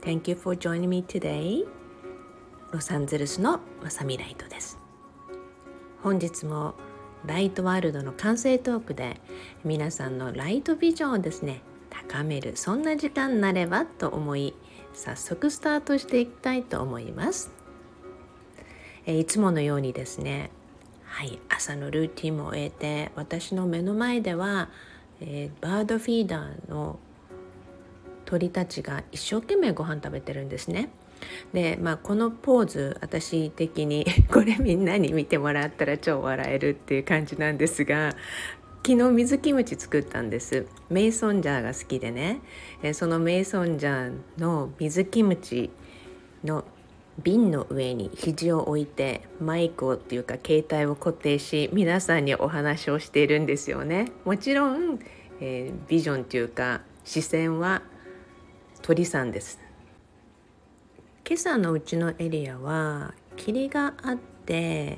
Thank you for joining me today. ロサンゼルスのまさみライトです。本日もライトワールドの完成トークで皆さんのライトビジョンをですね高める、そんな時間になればと思い、早速スタートしていきたいと思います。いつものようにですね、朝のルーティンも終えて、私の目の前では、バードフィーダーの鳥たちが一生懸命ご飯食べてるんですね。で、このポーズ、私的にこれみんなに見てもらったら超笑えるっていう感じなんですが、昨日水キムチ作ったんです。メイソンジャーが好きでね、そのメイソンジャーの水キムチの瓶の上に肘を置いてマイクをっていうか携帯を固定し、皆さんにお話をしているんですよね。もちろん、ビジョンというか視線は鳥さんです。今朝のうちのエリアは霧があって、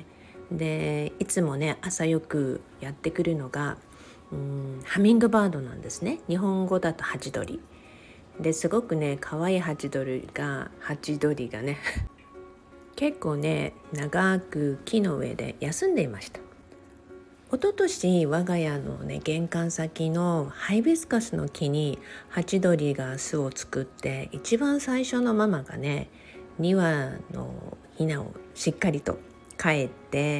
でいつもね朝よくやってくるのがハミングバードなんですね。日本語だとハチドリですごくね可愛いハチドリがね結構ね長く木の上で休んでいました。一昨年我が家のね玄関先のハイビスカスの木にハチドリが巣を作って、一番最初のママがね2羽のヒナをしっかりと帰って、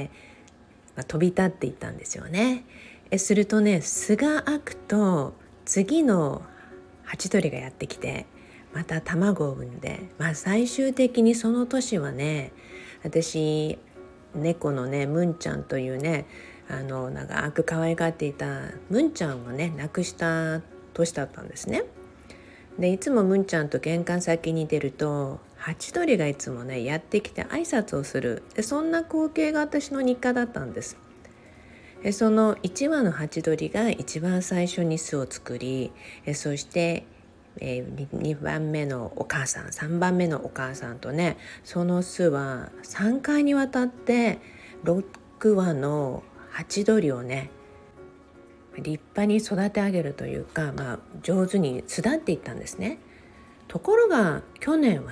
飛び立っていったんですよね。するとね巣が開くと次のハチドリがやってきて、また卵を産んで、最終的にその年はね、私猫のねムンちゃんというね長く可愛がっていたムンちゃんをね亡くした年だったんですね。でいつもムンちゃんと玄関先に出るとハチドリがいつもねやってきて挨拶をする。でそんな光景が私の日課だったんです。その1羽のハチドリが一番最初に巣を作り、そして2番目のお母さん、3番目のお母さんとね、その巣は3回にわたって6羽のハチドリをね立派に育て上げるというか、上手に巣立っていったんですね。ところが去年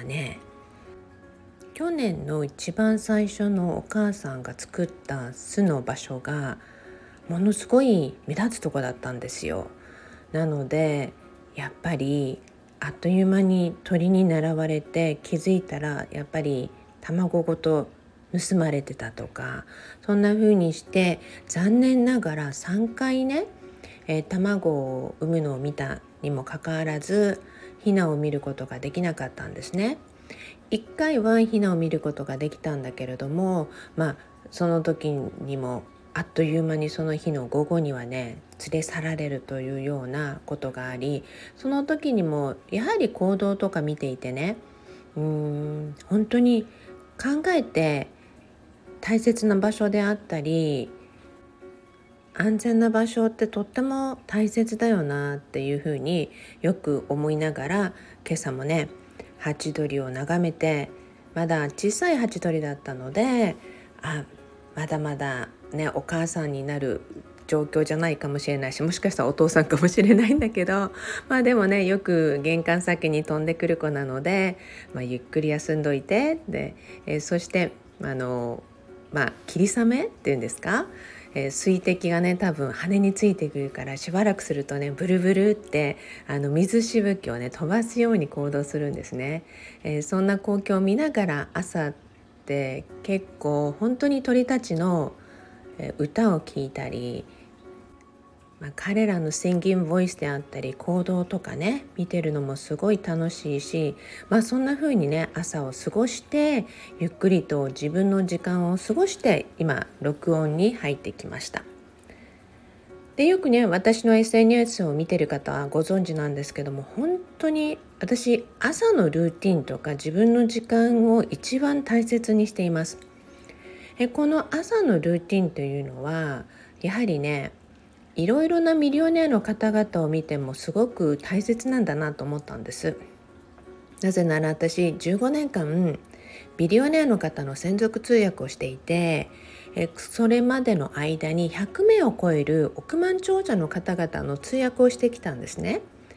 の一番最初のお母さんが作った巣の場所がものすごい目立つとこだったんですよ。なのでやっぱりあっという間に鳥に狙われて、気づいたらやっぱり卵ごと盗まれてたとか、そんな風にして残念ながら3回ね、卵を産むのを見たにもかかわらずヒナを見ることができなかったんですね。1回はヒナを見ることができたんだけれども、その時にもあっという間にその日の午後にはね連れ去られるというようなことがあり、その時にもやはり行動とか見ていてね、本当に考えて大切な場所であったり安全な場所ってとっても大切だよなっていうふうによく思いながら、今朝もねハチドリを眺めて、まだ小さいハチドリだったので、まだまだねお母さんになる状況じゃないかもしれないし、もしかしたらお父さんかもしれないんだけど、でもねよく玄関先に飛んでくる子なので、ゆっくり休んどいてで、そして霧雨っていうんですか、水滴がね多分羽についてくるから、しばらくするとねブルブルって水しぶきをね飛ばすように行動するんですね。そんな光景を見ながら朝って結構本当に鳥たちの歌を聞いたり、彼らのシンギングボイスであったり行動とかね見てるのもすごい楽しいし、そんな風にね朝を過ごしてゆっくりと自分の時間を過ごして今録音に入ってきました。でよくね私の SNS を見てる方はご存知なんですけども、本当に私朝のルーティンとか自分の時間を一番大切にしています。この朝のルーティンというのはやはりねいろいろなミリオネアの方々を見てもすごく大切なんだなと思ったんです。なぜなら私15年間ビリオネアの方の専属通訳をしていて、それまでの間に100名を超える億万長者の方々の通訳をしてきたんですね。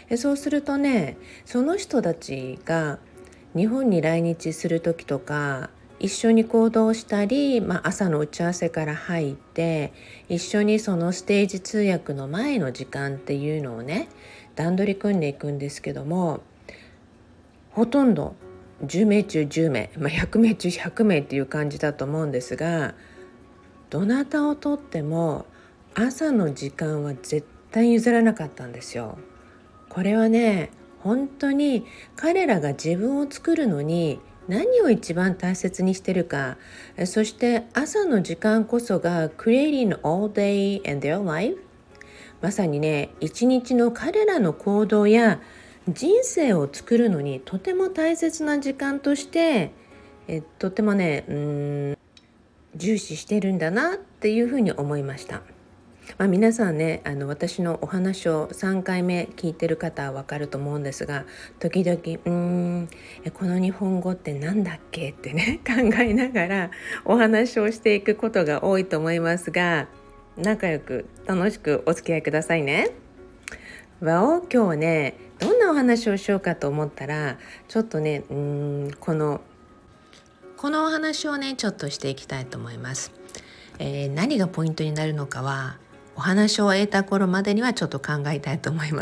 そうするとね、その人たちが日本に来日する時とか一緒に行動したり、朝の打ち合わせから入って一緒にそのステージ通訳の前の時間っていうのをね段取り組んでいくんですけども、ほとんど10名中10名、100名中100名っていう感じだと思うんですが、どなたをとっても朝の時間は絶対譲らなかったんですよ。これはね、本当に彼らが自分を作るのに何を一番大切にしてるか、そして朝の時間こそが creating all day in their life、 まさにね、一日の彼らの行動や人生を作るのにとても大切な時間として、とてもね、重視してるんだなっていうふうに思いました。皆さんね、私のお話を3回目聞いてる方はわかると思うんですが、時々この日本語ってなんだっけってね考えながらお話をしていくことが多いと思いますが、仲良く楽しくお付き合いくださいね。今日はね、どんなお話をしようかと思ったら、ちょっとねこのお話をねちょっとしていきたいと思います。何がポイントになるのかはお話を終えた頃までにはちょっと考えたいと思います。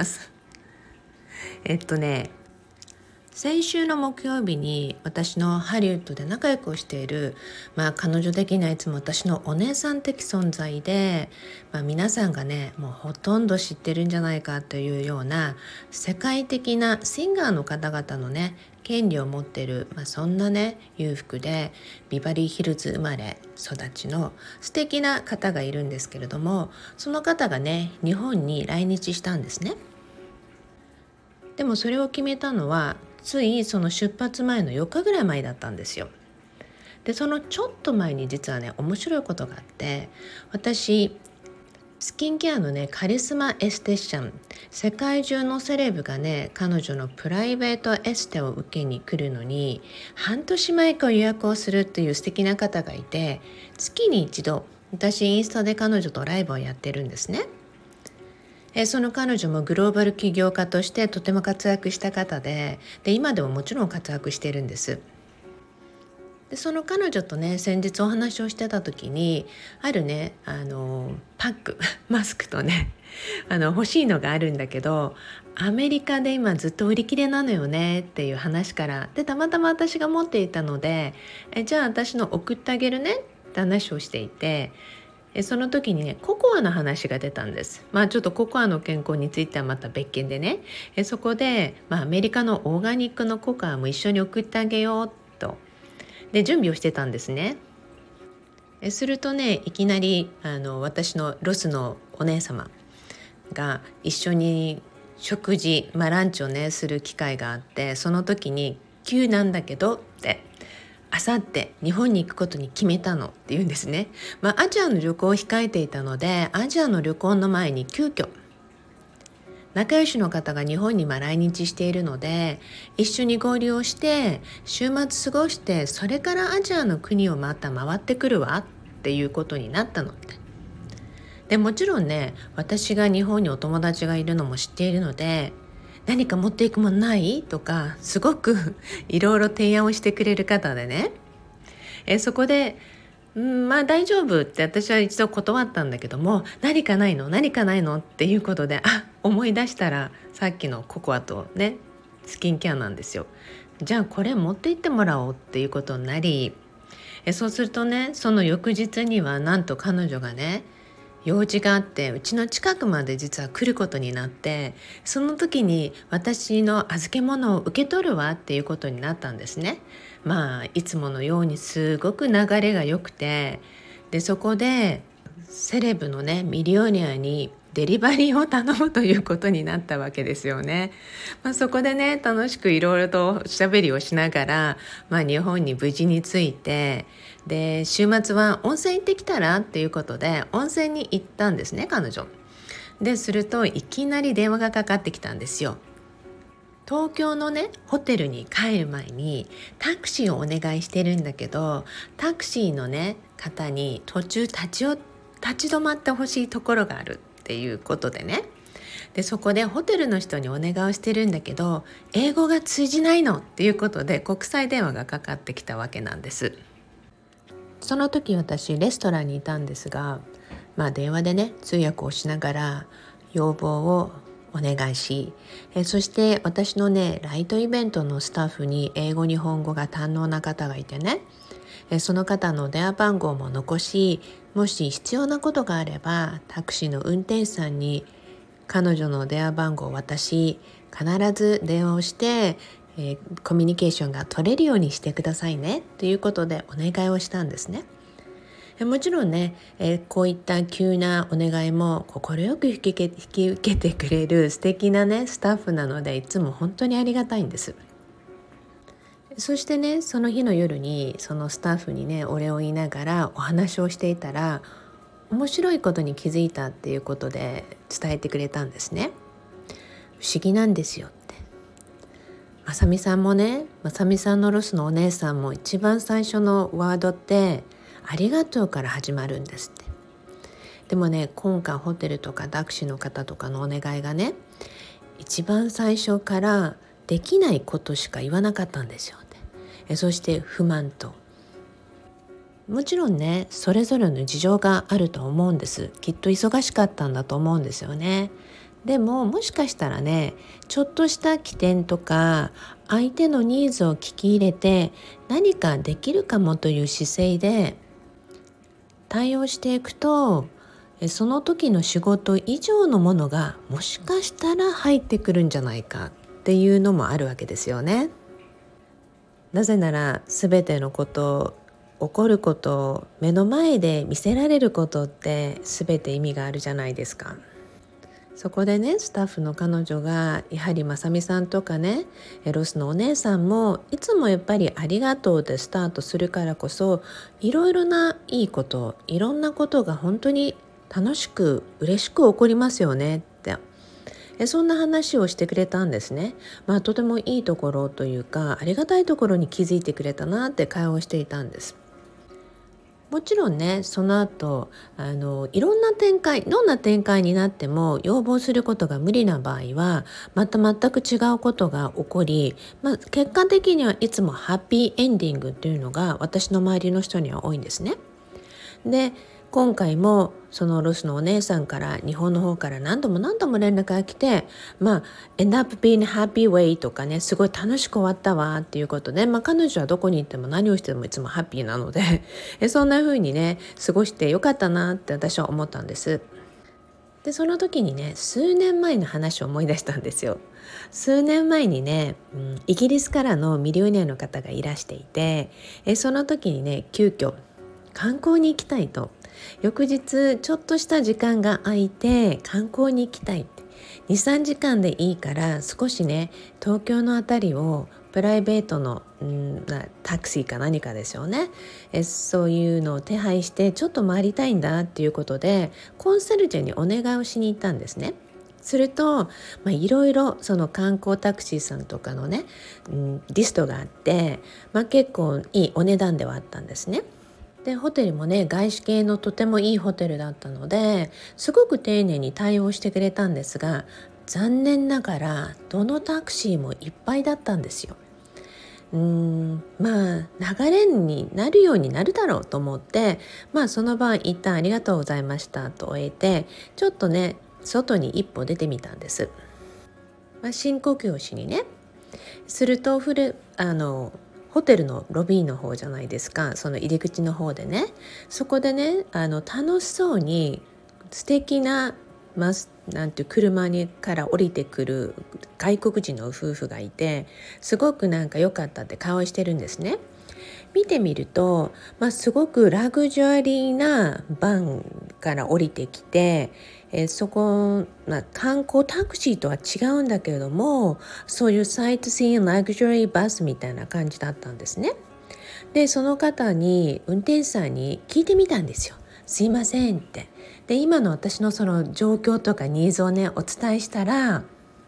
先週の木曜日に私のハリウッドで仲良くしている、彼女的にはいつも私のお姉さん的存在で、皆さんがねもうほとんど知ってるんじゃないかというような世界的なシンガーの方々のね権利を持っている、そんなね裕福でビバリーヒルズ生まれ育ちの素敵な方がいるんですけれども、その方がね日本に来日したんですね。でもそれを決めたのはついその出発前の4日ぐらい前だったんですよ。でそのちょっと前に実はね面白いことがあって、私スキンケアのねカリスマエステティシャン、世界中のセレブがね彼女のプライベートエステを受けに来るのに半年前から予約をするっていう素敵な方がいて、月に一度私インスタで彼女とライブをやってるんですね。その彼女もグローバル起業家としてとても活躍した方で、今でももちろん活躍しているんです。でその彼女とね先日お話をしてた時に、あるねパックマスクとね欲しいのがあるんだけど、アメリカで今ずっと売り切れなのよねっていう話からで、たまたま私が持っていたのでじゃあ私の送ってあげるねって話をしていて、その時にねココアの話が出たんです。ちょっとココアの健康についてはまた別件でね、そこで、アメリカのオーガニックのココアも一緒に送ってあげようとで準備をしてたんですね。するとねいきなり私のロスのお姉様が一緒に食事、ランチをねする機会があって、その時に急なんだけどってあさって日本に行くことに決めたのって言うんですね。アジアの旅行を控えていたので、アジアの旅行の前に急遽仲良しの方が日本に来日しているので一緒に合流をして週末過ごして、それからアジアの国をまた回ってくるわっていうことになったのって。でもちろんね私が日本にお友達がいるのも知っているので、何か持っていくものないとかすごくいろいろ提案をしてくれる方でね、そこで大丈夫って私は一度断ったんだけども、何かないのっていうことで、思い出したらさっきのココアとねスキンケアなんですよ。じゃあこれ持って行ってもらおうっていうことになり、そうするとねその翌日にはなんと彼女がね用事があってうちの近くまで実は来ることになって、その時に私の預け物を受け取るわっていうことになったんですね。いつものようにすごく流れが良くて、でそこでセレブのねミリオネアにデリバリーを頼むということになったわけですよね。そこでね楽しくいろいろとおしゃべりをしながら、日本に無事に着いて、で週末は温泉行ってきたらっていうことで温泉に行ったんですね彼女でするといきなり電話がかかってきたんですよ。東京のねホテルに帰る前にタクシーをお願いしてるんだけど、タクシーのね方に途中立ち止まってほしいところがあるっていうことでね、 でそこでホテルの人にお願いをしてるんだけど、英語が通じないのっていうことで国際電話がかかってきたわけなんです。その時私レストランにいたんですが、電話でね通訳をしながら要望をお願いし、そして私のねライトイベントのスタッフに英語日本語が堪能な方がいてね、その方の電話番号も残し、もし必要なことがあればタクシーの運転手さんに彼女の電話番号を渡し、必ず電話をして、コミュニケーションが取れるようにしてくださいねということでお願いをしたんですね。もちろんね、こういった急なお願いも快く引き受けてくれる素敵なねスタッフなので、いつも本当にありがたいんです。そしてね、その日の夜にそのスタッフにねお礼を言いながらお話をしていたら、面白いことに気づいたっていうことで伝えてくれたんですね。不思議なんですよって。まさみさんもね、まさみさんのロスのお姉さんも一番最初のワードってありがとうから始まるんですって。でもね、今回ホテルとかタクシーの方とかのお願いがね、一番最初からできないことしか言わなかったんですよって。そして不満と、もちろんねそれぞれの事情があると思うんです。きっと忙しかったんだと思うんですよね。でももしかしたらね、ちょっとした起点とか相手のニーズを聞き入れて何かできるかもという姿勢で対応していくと、その時の仕事以上のものがもしかしたら入ってくるんじゃないかっていうのもあるわけですよね。なぜなら全てのこと起こることを目の前で見せられることって全て意味があるじゃないですか。そこでねスタッフの彼女がやはりまさみさんとかねロスのお姉さんもいつもやっぱりありがとうでスタートするからこそ、いろいろないいこと、いろんなことが本当に楽しく嬉しく起こりますよねって、そんな話をしてくれたんですね。とてもいいところというかありがたいところに気づいてくれたなって会話をしていたんです。もちろんねその後いろんな展開、どんな展開になっても要望することが無理な場合はまた全く違うことが起こり、結果的にはいつもハッピーエンディングっていうのが私の周りの人には多いんですね。で今回もそのロスのお姉さんから日本の方から何度も連絡が来て、end up being happy way とかね、すごい楽しく終わったわっていうことで、彼女はどこに行っても何をしてもいつもハッピーなのでそんな風にね過ごしてよかったなって私は思ったんです。でその時にね数年前の話を思い出したんですよ。数年前にね、イギリスからのミリオネアの方がいらしていて、その時にね急遽観光に行きたいと、翌日ちょっとした時間が空いて観光に行きたいって、 2,3 時間でいいから少しね東京のあたりをプライベートのタクシーか何かですよね、そういうのを手配してちょっと回りたいんだっていうことでコンサルジェにお願いをしに行ったんですね。すると、いろいろその観光タクシーさんとかのね、リストがあって、結構いいお値段ではあったんですね。でホテルもね外資系のとてもいいホテルだったのですごく丁寧に対応してくれたんですが、残念ながらどのタクシーもいっぱいだったんですよ。流れになるようになるだろうと思って、その晩一旦ありがとうございましたと終えて、ちょっとね外に一歩出てみたんです。深呼吸をしにね、するとホテルのロビーの方じゃないですか、その入り口の方でね、そこでね楽しそうに素敵ななんていう車から降りてくる外国人の夫婦がいて、すごく良かったって顔してるんですね。見てみると、すごくラグジュアリーなバンから降りてきて、そこ、観光タクシーとは違うんだけれども、そういうサイトシーンラグジュアリーバスみたいな感じだったんですね。でその方に運転手さんに聞いてみたんですよ。すいませんって。で今の私のその状況とかニーズをねお伝えしたら、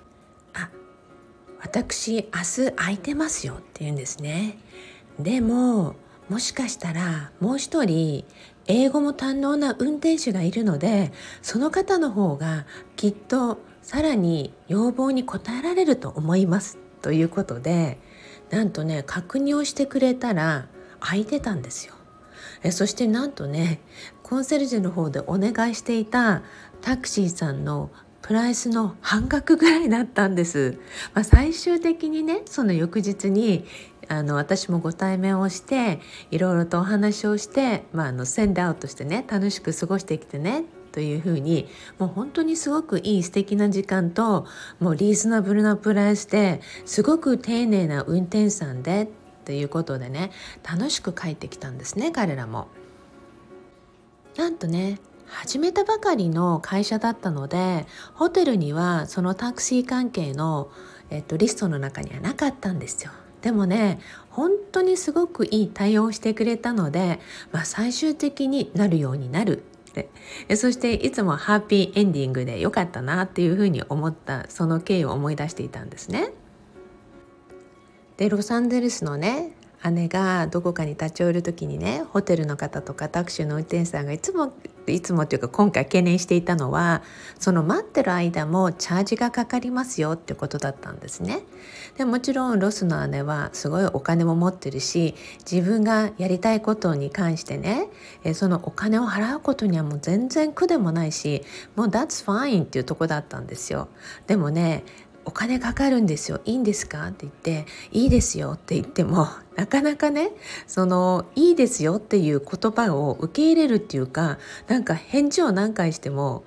私明日空いてますよって言うんですね。でももしかしたらもう一人英語も堪能な運転手がいるので、その方の方がきっとさらに要望に応えられると思いますということで、なんとね確認をしてくれたら空いてたんですよ。そしてなんとねコンシェルジュの方でお願いしていたタクシーさんのプライスの半額ぐらいだったんです。最終的にねその翌日に私もご対面をしていろいろとお話をして、センドアウトしてね楽しく過ごしてきてねというふうに、もう本当にすごくいい素敵な時間と、もうリーズナブルなプライスですごく丁寧な運転手さんでということでね、楽しく帰ってきたんですね。彼らもなんとね始めたばかりの会社だったので、ホテルにはそのタクシー関係の、リストの中にはなかったんですよ。でもね本当にすごくいい対応をしてくれたので、最終的になるようになるってそしていつもハッピーエンディングで良かったなっていうふうに思った、その経緯を思い出していたんですね。でロサンゼルスのね姉がどこかに立ち寄る時にね、ホテルの方とかタクシーの運転手さんがいつもというか今回懸念していたのは、その待ってる間もチャージがかかりますよってことだったんですね。でもちろんロスの姉はすごいお金も持ってるし、自分がやりたいことに関してねそのお金を払うことにはもう全然苦でもないし、もう That's fine っていうとこだったんですよ。でもねお金かかるんですよ、いいんですかって言って、いいですよって言ってもなかなかねそのいいですよっていう言葉を受け入れるっていうか、なんか返事を何回しても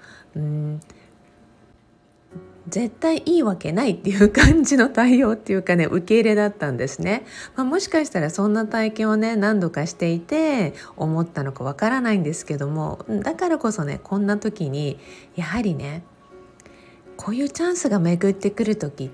絶対いいわけないっていう感じの対応っていうかね、受け入れだったんですね。もしかしたらそんな体験をね何度かしていて思ったのかわからないんですけども、だからこそねこんな時にやはりねこういうチャンスが巡ってくる時って、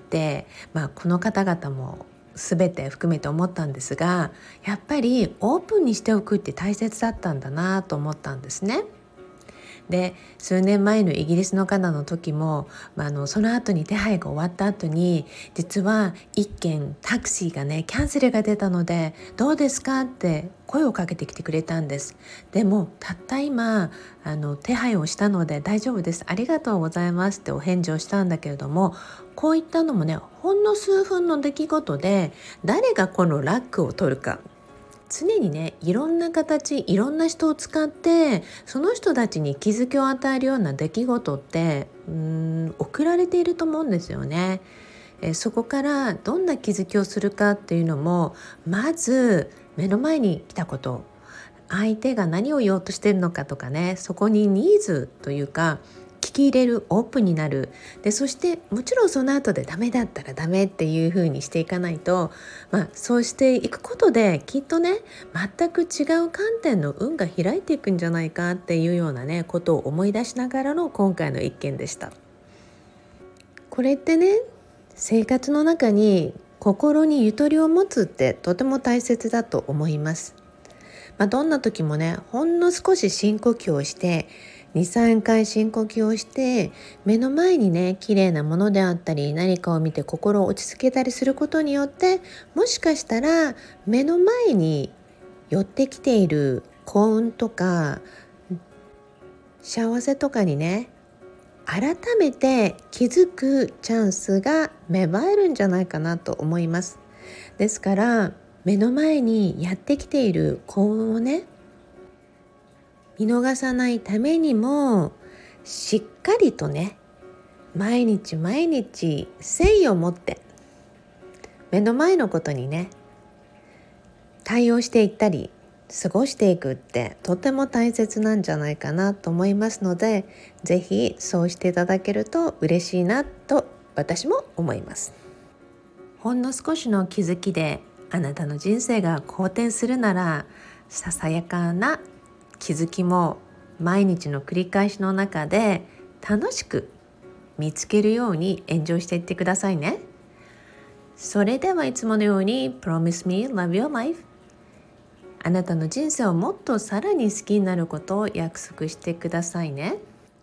この方々も全て含めて思ったんですが、やっぱりオープンにしておくって大切だったんだなと思ったんですね。で数年前のイギリスのカナの時も、その後に手配が終わった後に実は一件タクシーがねキャンセルが出たのでどうですかって声をかけてきてくれたんです。でもたった今手配をしたので大丈夫です、ありがとうございますってお返事をしたんだけれども、こういったのもねほんの数分の出来事で誰がこのラックを取るか、常にねいろんな形いろんな人を使ってその人たちに気づきを与えるような出来事って送られていると思うんですよね。そこからどんな気づきをするかっていうのも、まず目の前に来たこと、相手が何を言おうとしているのかとかね、そこにニーズというか聞き入れる、オープンになる。でそしてもちろんその後でダメだったらダメっていう風にしていかないと、そうしていくことできっとね全く違う観点の運が開いていくんじゃないかっていうようなねことを思い出しながらの今回の一件でした。これってね生活の中に心にゆとりを持つってとても大切だと思います。どんな時もねほんの少し深呼吸をして2、3回深呼吸をして目の前にね綺麗なものであったり何かを見て心を落ち着けたりすることによって、もしかしたら目の前に寄ってきている幸運とか幸せとかにね改めて気づくチャンスが芽生えるんじゃないかなと思います。ですから目の前にやってきている幸運をね見逃さないためにもしっかりとね毎日誠意を持って目の前のことにね対応していったり過ごしていくってとても大切なんじゃないかなと思いますので、ぜひそうしていただけると嬉しいなと私も思います。ほんの少しの気づきであなたの人生が好転するなら、ささやかな気づきも毎日の繰り返しの中で楽しく見つけるようにエンジョイしていってくださいね。それではいつものように Promise me love your life、 あなたの人生をもっとさらに好きになることを約束してくださいね。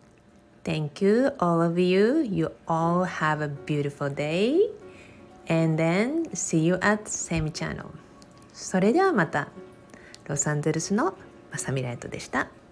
Thank you all of you. You all have a beautiful day and then see you at same channel。 それではまた。ロサンゼルスのまさみライトでした。